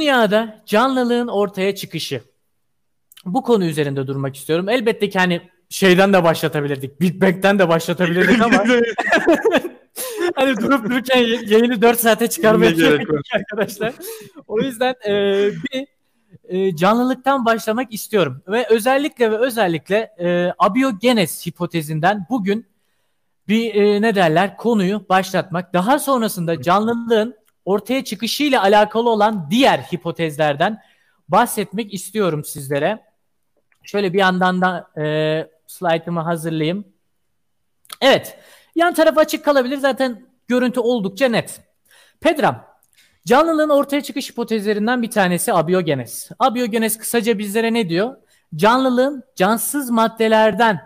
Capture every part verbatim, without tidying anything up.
Dünyada canlılığın ortaya çıkışı. Bu konu üzerinde durmak istiyorum. Elbette ki hani şeyden de başlatabilirdik. Big Bang'den de başlatabilirdik ama hani durup dururken yayını dört saate çıkarmaya gerek yok arkadaşlar. O yüzden e, bir e, canlılıktan başlamak istiyorum. Ve özellikle ve özellikle e, abiyogenes hipotezinden bugün bir e, ne derler konuyu başlatmak. Daha sonrasında canlılığın ortaya çıkışıyla alakalı olan diğer hipotezlerden bahsetmek istiyorum sizlere. Şöyle bir yandan da e, slaytımı hazırlayayım. Evet. Yan taraf açık kalabilir. Zaten görüntü oldukça net. Pedram, canlılığın ortaya çıkış hipotezlerinden bir tanesi abiyogenes. Abiyogenes kısaca bizlere ne diyor? Canlılığın cansız maddelerden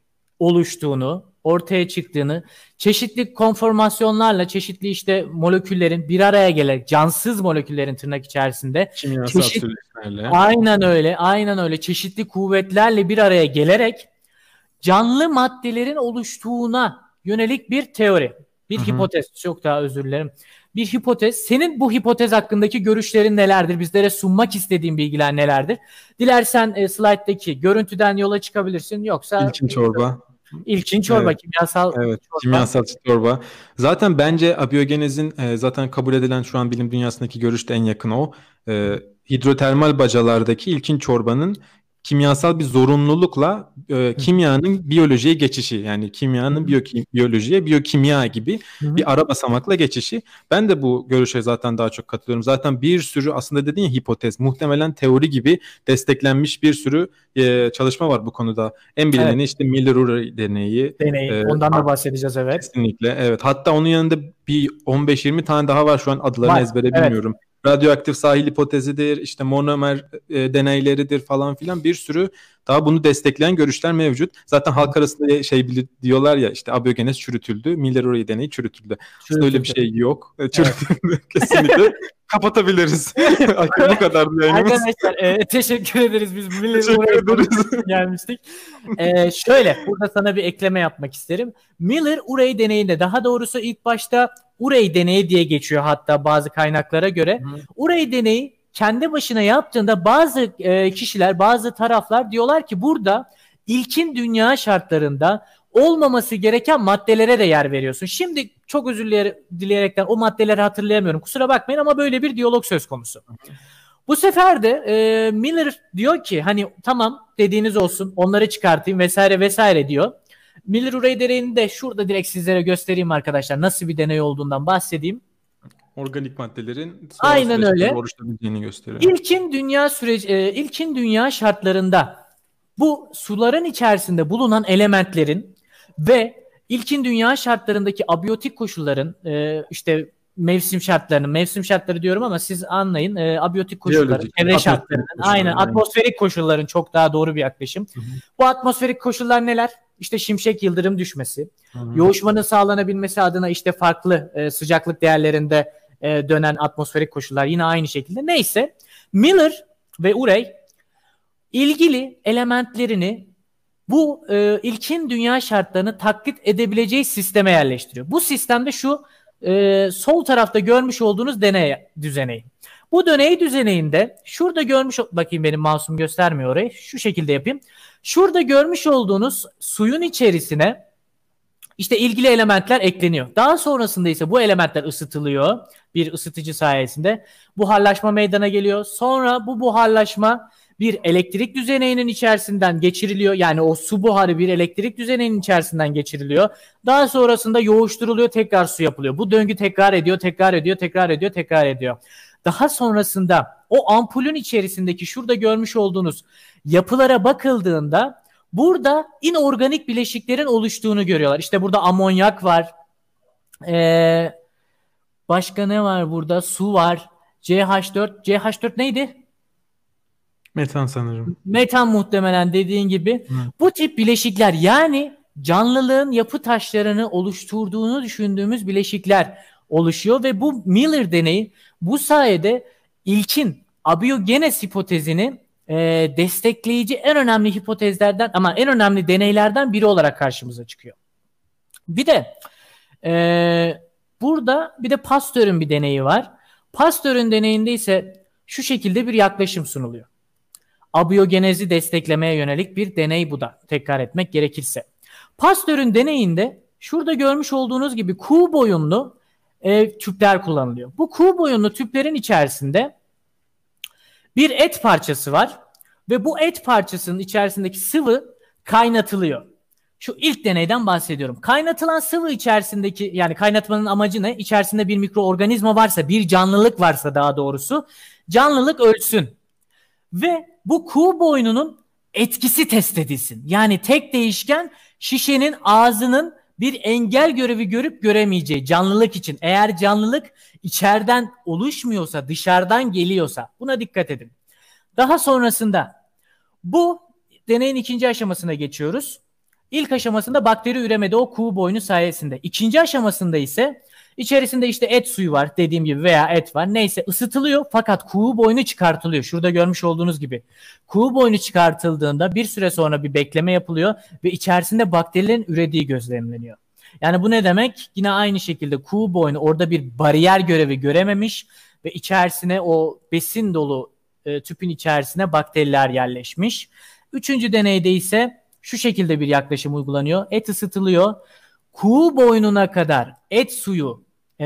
oluştuğunu, ortaya çıktığını, çeşitli konformasyonlarla, çeşitli işte moleküllerin bir araya gelerek, cansız moleküllerin tırnak içerisinde, kimyasal çeşit, süreçlerle. aynen öyle, aynen öyle, çeşitli kuvvetlerle bir araya gelerek canlı maddelerin oluştuğuna yönelik bir teori, bir Hı-hı. hipotez. Çok daha özür dilerim. Bir hipotez. Senin bu hipotez hakkındaki görüşlerin nelerdir? Bizlere sunmak istediğin bilgiler nelerdir? Dilersen e, slayttaki görüntüden yola çıkabilirsin. Yoksa İlkin çorba. İlkin çorba, evet. kimyasal evet, çorba. kimyasal çorba. Zaten bence abiyogenezin e, zaten kabul edilen şu an bilim dünyasındaki görüşte en yakın o. E, hidrotermal bacalardaki ilkin çorbanın kimyasal bir zorunlulukla e, kimyanın biyolojiye geçişi, yani kimyanın biyokim- biyolojiye, biyokimya gibi Hı-hı. bir ara basamakla geçişi. Ben de bu görüşe zaten daha çok katılıyorum. Zaten bir sürü aslında dediğin ya hipotez, muhtemelen teori gibi desteklenmiş bir sürü e, çalışma var bu konuda. En bilineni evet. işte Miller-Urey deneyi. Deneyi. E, Ondan da bahsedeceğiz evet. Kesinlikle evet. Hatta onun yanında bir on beş yirmi tane daha var, şu an adlarını var. ezbere evet. bilmiyorum. Radyoaktif sahil hipotezidir, işte monomer e, deneyleridir falan filan, bir sürü daha bunu destekleyen görüşler mevcut. Zaten halk arasında şey diyorlar ya, işte abiyogenes çürütüldü, Miller-Urey deneyi çürütüldü. Aslında öyle bir şey yok. Çürütüldü evet. kesinlikle. Kapatabiliriz. Bu kadar yayınımız. Arkadaşlar e, teşekkür ederiz. Biz Miller-Urey gelmiştik. E, şöyle burada sana bir ekleme yapmak isterim. Miller-Urey deneyinde, daha doğrusu ilk başta Urey deneyi diye geçiyor hatta bazı kaynaklara göre. Hı. Urey deneyi kendi başına yaptığında bazı e, kişiler, bazı taraflar diyorlar ki burada ilkin dünya şartlarında olmaması gereken maddelere de yer veriyorsun. Şimdi çok özür dileyerekten o maddeleri hatırlayamıyorum. Kusura bakmayın ama böyle bir diyalog söz konusu. Bu sefer de e, Miller diyor ki hani tamam dediğiniz olsun, onları çıkartayım vesaire vesaire diyor. Miller-Urey deneyini de şurada direkt sizlere göstereyim arkadaşlar. Nasıl bir deney olduğundan bahsedeyim. Organik maddelerin aynen öyle oluşabileceğini gösteriyor. İlkin dünya süreci, e, ilkin dünya şartlarında bu suların içerisinde bulunan elementlerin ve ilkin dünya şartlarındaki abiyotik koşulların e, işte mevsim şartlarının, mevsim şartları diyorum ama siz anlayın, e, abiyotik koşulların, çevre şartlarının, aynen yani. atmosferik koşulların çok daha doğru bir yaklaşım. Hı hı. Bu atmosferik koşullar neler? İşte şimşek yıldırım düşmesi, hı hı. yoğuşmanın sağlanabilmesi adına işte farklı e, sıcaklık değerlerinde e, dönen atmosferik koşullar yine aynı şekilde. Neyse, Miller ve Urey ilgili elementlerini bu e, ilkin dünya şartlarını taklit edebileceği sisteme yerleştiriyor. Bu sistemde şu e, sol tarafta görmüş olduğunuz deney düzeneği. Bu deney düzeneyinde şurada görmüş, bakayım benim mouse'um göstermiyor orayı. Şu şekilde yapayım. Şurada görmüş olduğunuz suyun içerisine işte ilgili elementler ekleniyor. Daha sonrasında ise bu elementler ısıtılıyor. Bir ısıtıcı sayesinde buharlaşma meydana geliyor. Sonra bu buharlaşma bir elektrik düzeneyinin içerisinden geçiriliyor. Yani o su buharı bir elektrik düzeneyinin içerisinden geçiriliyor. Daha sonrasında yoğuşturuluyor, tekrar su yapılıyor. Bu döngü tekrar ediyor, tekrar ediyor, tekrar ediyor, tekrar ediyor. Daha sonrasında o ampulün içerisindeki şurada görmüş olduğunuz yapılara bakıldığında burada inorganik bileşiklerin oluştuğunu görüyorlar. İşte burada amonyak var. Ee, başka ne var burada? Su var. C H dört. C H dört neydi? Metan sanırım. Metan muhtemelen dediğin gibi. Hı. Bu tip bileşikler, yani canlılığın yapı taşlarını oluşturduğunu düşündüğümüz bileşikler oluşuyor ve bu Miller deneyi bu sayede ilkin abiyogenes hipotezini e, destekleyici en önemli hipotezlerden ama en önemli deneylerden biri olarak karşımıza çıkıyor. Bir de e, burada bir de Pasteur'ün bir deneyi var. Pasteur'ün deneyinde ise şu şekilde bir yaklaşım sunuluyor. Abiyogenezi desteklemeye yönelik bir deney bu da, tekrar etmek gerekirse. Pasteur'ün deneyinde şurada görmüş olduğunuz gibi kuğu boyunlu e, tüpler kullanılıyor. Bu kuğu boyunlu tüplerin içerisinde bir et parçası var ve bu et parçasının içerisindeki sıvı kaynatılıyor. Şu ilk deneyden bahsediyorum. Kaynatılan sıvı içerisindeki, yani kaynatmanın amacı ne? İçerisinde bir mikroorganizma varsa, bir canlılık varsa daha doğrusu, canlılık ölsün. Ve bu kuğu boynunun etkisi test edilsin. Yani tek değişken şişenin ağzının bir engel görevi görüp göremeyeceği canlılık için. Eğer canlılık içeriden oluşmuyorsa, dışarıdan geliyorsa, buna dikkat edin. Daha sonrasında bu deneyin ikinci aşamasına geçiyoruz. İlk aşamasında bakteri üremedi o kuğu boynu sayesinde. İkinci aşamasında ise içerisinde işte et suyu var dediğim gibi veya et var. Neyse ısıtılıyor fakat kuğu boynu çıkartılıyor. Şurada görmüş olduğunuz gibi. Kuğu boynu çıkartıldığında bir süre sonra bir bekleme yapılıyor ve içerisinde bakterilerin ürediği gözlemleniyor. Yani bu ne demek? Yine aynı şekilde kuğu boynu orada bir bariyer görevi görememiş ve içerisine o besin dolu e, tüpün içerisine bakteriler yerleşmiş. Üçüncü deneyde ise şu şekilde bir yaklaşım uygulanıyor. Et ısıtılıyor. Kuğu boynuna kadar et suyu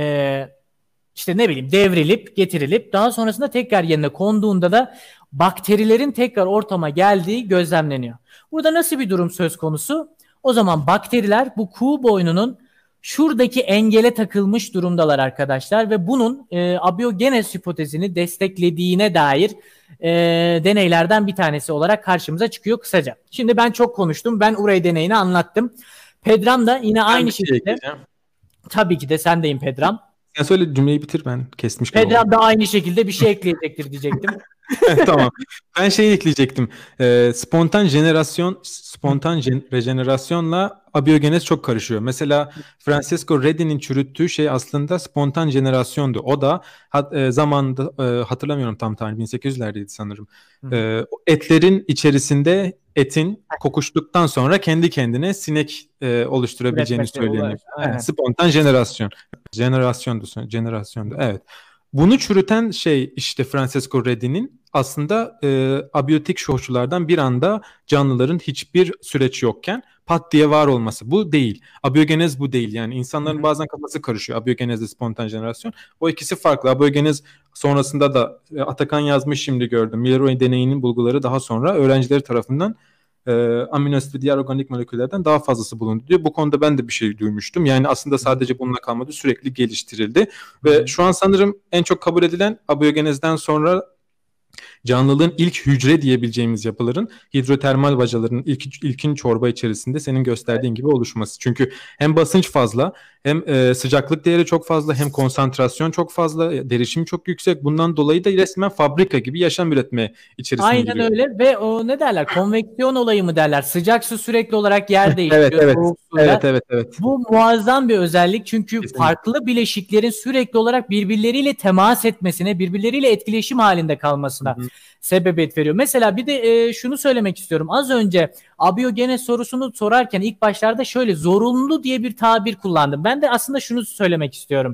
e, işte ne bileyim devrilip getirilip daha sonrasında tekrar yerine konduğunda da bakterilerin tekrar ortama geldiği gözlemleniyor. Burada nasıl bir durum söz konusu? O zaman bakteriler bu kuğu boynunun şuradaki engele takılmış durumdalar arkadaşlar ve bunun e, abiyogenez hipotezini desteklediğine dair e, deneylerden bir tanesi olarak karşımıza çıkıyor kısaca. Şimdi ben çok konuştum. Ben Urey deneyini anlattım. Pedram da yine ben aynı şey şekilde. Ekleyeceğim. Tabii ki de sendeyim Pedram. Sen söyle, cümleyi bitir, ben kesmiş kaldım. Pedram da aynı şekilde bir şey ekleyecektir diyecektim. Tamam. Ben şeyi ekleyecektim. Ee, spontan jenerasyon, spontan gen- rejenerasyonla abiyogenez çok karışıyor. Mesela Francesco Redi'nin çürüttüğü şey aslında spontan jenerasyondu. O da hat, e, zamanında e, hatırlamıyorum tam tarih, bin sekiz yüzlerdeydi sanırım. E, etlerin içerisinde etin kokuştuktan sonra kendi kendine sinek e, oluşturabileceğini söyleniyor. Yani spontan jenerasyon. Jenerasyondu, jenerasyondu. Evet. Bunu çürüten şey işte Francesco Redi'nin aslında e, abiyotik koşullardan bir anda canlıların hiçbir süreç yokken pat diye var olması. Bu değil. Abiyogenez bu değil. Yani insanların Hı-hı. bazen kafası karışıyor. Abiyogenezle spontan jenerasyon. O ikisi farklı. Abiyogenez sonrasında da e, Atakan yazmış, şimdi gördüm. Milroy deneyinin bulguları daha sonra öğrencileri tarafından e, amino asit ve diğer organik moleküllerden daha fazlası bulundu diyor. Bu konuda ben de bir şey duymuştum. Yani aslında sadece bununla kalmadı. Sürekli geliştirildi. Ve şu an sanırım en çok kabul edilen abiyogenezden sonra canlılığın ilk hücre diyebileceğimiz yapıların hidrotermal bacaların ilk, ilkin çorba içerisinde senin gösterdiğin gibi oluşması. Çünkü hem basınç fazla, hem e, sıcaklık değeri çok fazla, hem konsantrasyon çok fazla, derişim çok yüksek. Bundan dolayı da resmen fabrika gibi yaşam üretme içerisinde Aynen giriyor. öyle ve o ne derler? Konveksiyon olayı mı derler? Sıcak su sürekli olarak yer değiştiriyor. evet, evet. evet, evet, evet. Bu muazzam bir özellik çünkü Kesinlikle. farklı bileşiklerin sürekli olarak birbirleriyle temas etmesine, birbirleriyle etkileşim halinde kalmasına Hı-hı. sebebiyet veriyor. Mesela bir de e, şunu söylemek istiyorum. Az önce abiyogenez sorusunu sorarken ilk başlarda şöyle zorunlu diye bir tabir kullandım. Ben de aslında şunu söylemek istiyorum.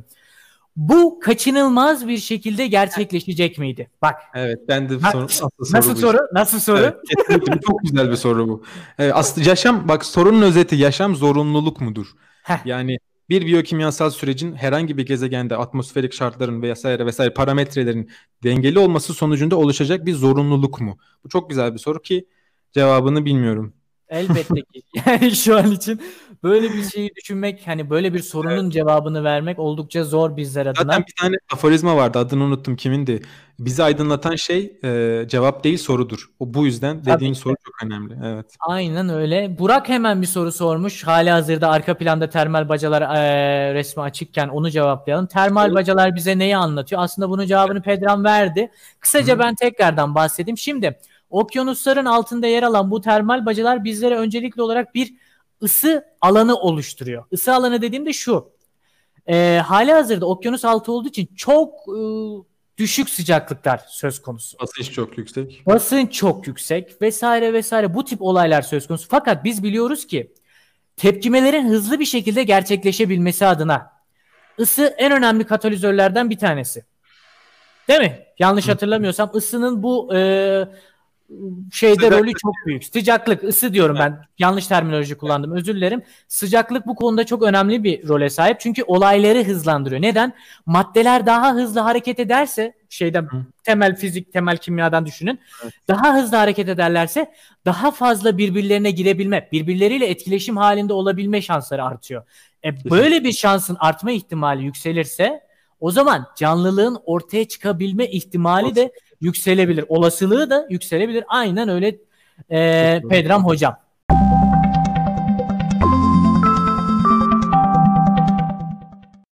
Bu kaçınılmaz bir şekilde gerçekleşecek miydi? Bak. Evet, ben de bak, soru, soru nasıl soru? Işte. Nasıl soru? Evet, kesinlikle çok güzel bir soru bu. Ee, aslında yaşam, bak sorunun özeti, yaşam zorunluluk mudur? Heh. Yani bir biyokimyasal sürecin herhangi bir gezegende atmosferik şartların vesaire vesaire parametrelerin dengeli olması sonucunda oluşacak bir zorunluluk mu? Bu çok güzel bir soru ki cevabını bilmiyorum. Elbette ki. Yani şu an için böyle bir şeyi düşünmek, hani böyle bir sorunun evet. cevabını vermek oldukça zor bizler adına. Zaten bir tane aforizma vardı, adını unuttum kimindi. Bizi aydınlatan şey e, cevap değil sorudur. O bu yüzden dediğin Tabii soru çok önemli. Evet. Aynen öyle. Burak hemen bir soru sormuş. Halihazırda arka planda termal bacalar e, resmi açıkken onu cevaplayalım. Termal evet. bacalar bize neyi anlatıyor? Aslında bunun cevabını evet. Pedram verdi. Kısaca Hı-hı. ben tekrardan bahsedeyim. Şimdi okyanusların altında yer alan bu termal bacalar bizlere öncelikli olarak bir ısı alanı oluşturuyor. Isı alanı dediğimde şu. E, halihazırda okyanus altı olduğu için çok e, düşük sıcaklıklar söz konusu. Basınç çok yüksek. Basınç çok yüksek vesaire vesaire, bu tip olaylar söz konusu. Fakat biz biliyoruz ki tepkimelerin hızlı bir şekilde gerçekleşebilmesi adına ısı en önemli katalizörlerden bir tanesi. Değil mi? Yanlış hatırlamıyorsam ısının bu e, şeyde Sıcaklık. rolü çok büyük. Sıcaklık, ısı diyorum ben. Yanlış terminoloji kullandım. Özür dilerim. Sıcaklık bu konuda çok önemli bir role sahip. Çünkü olayları hızlandırıyor. Neden? Maddeler daha hızlı hareket ederse, şeyden Hı. temel fizik, temel kimyadan düşünün. Evet. Daha hızlı hareket ederlerse daha fazla birbirlerine girebilme, birbirleriyle etkileşim halinde olabilme şansları artıyor. E, böyle bir şansın artma ihtimali yükselirse o zaman canlılığın ortaya çıkabilme ihtimali de yükselebilir. Olasılığı da yükselebilir. Aynen öyle e, Pedram hocam.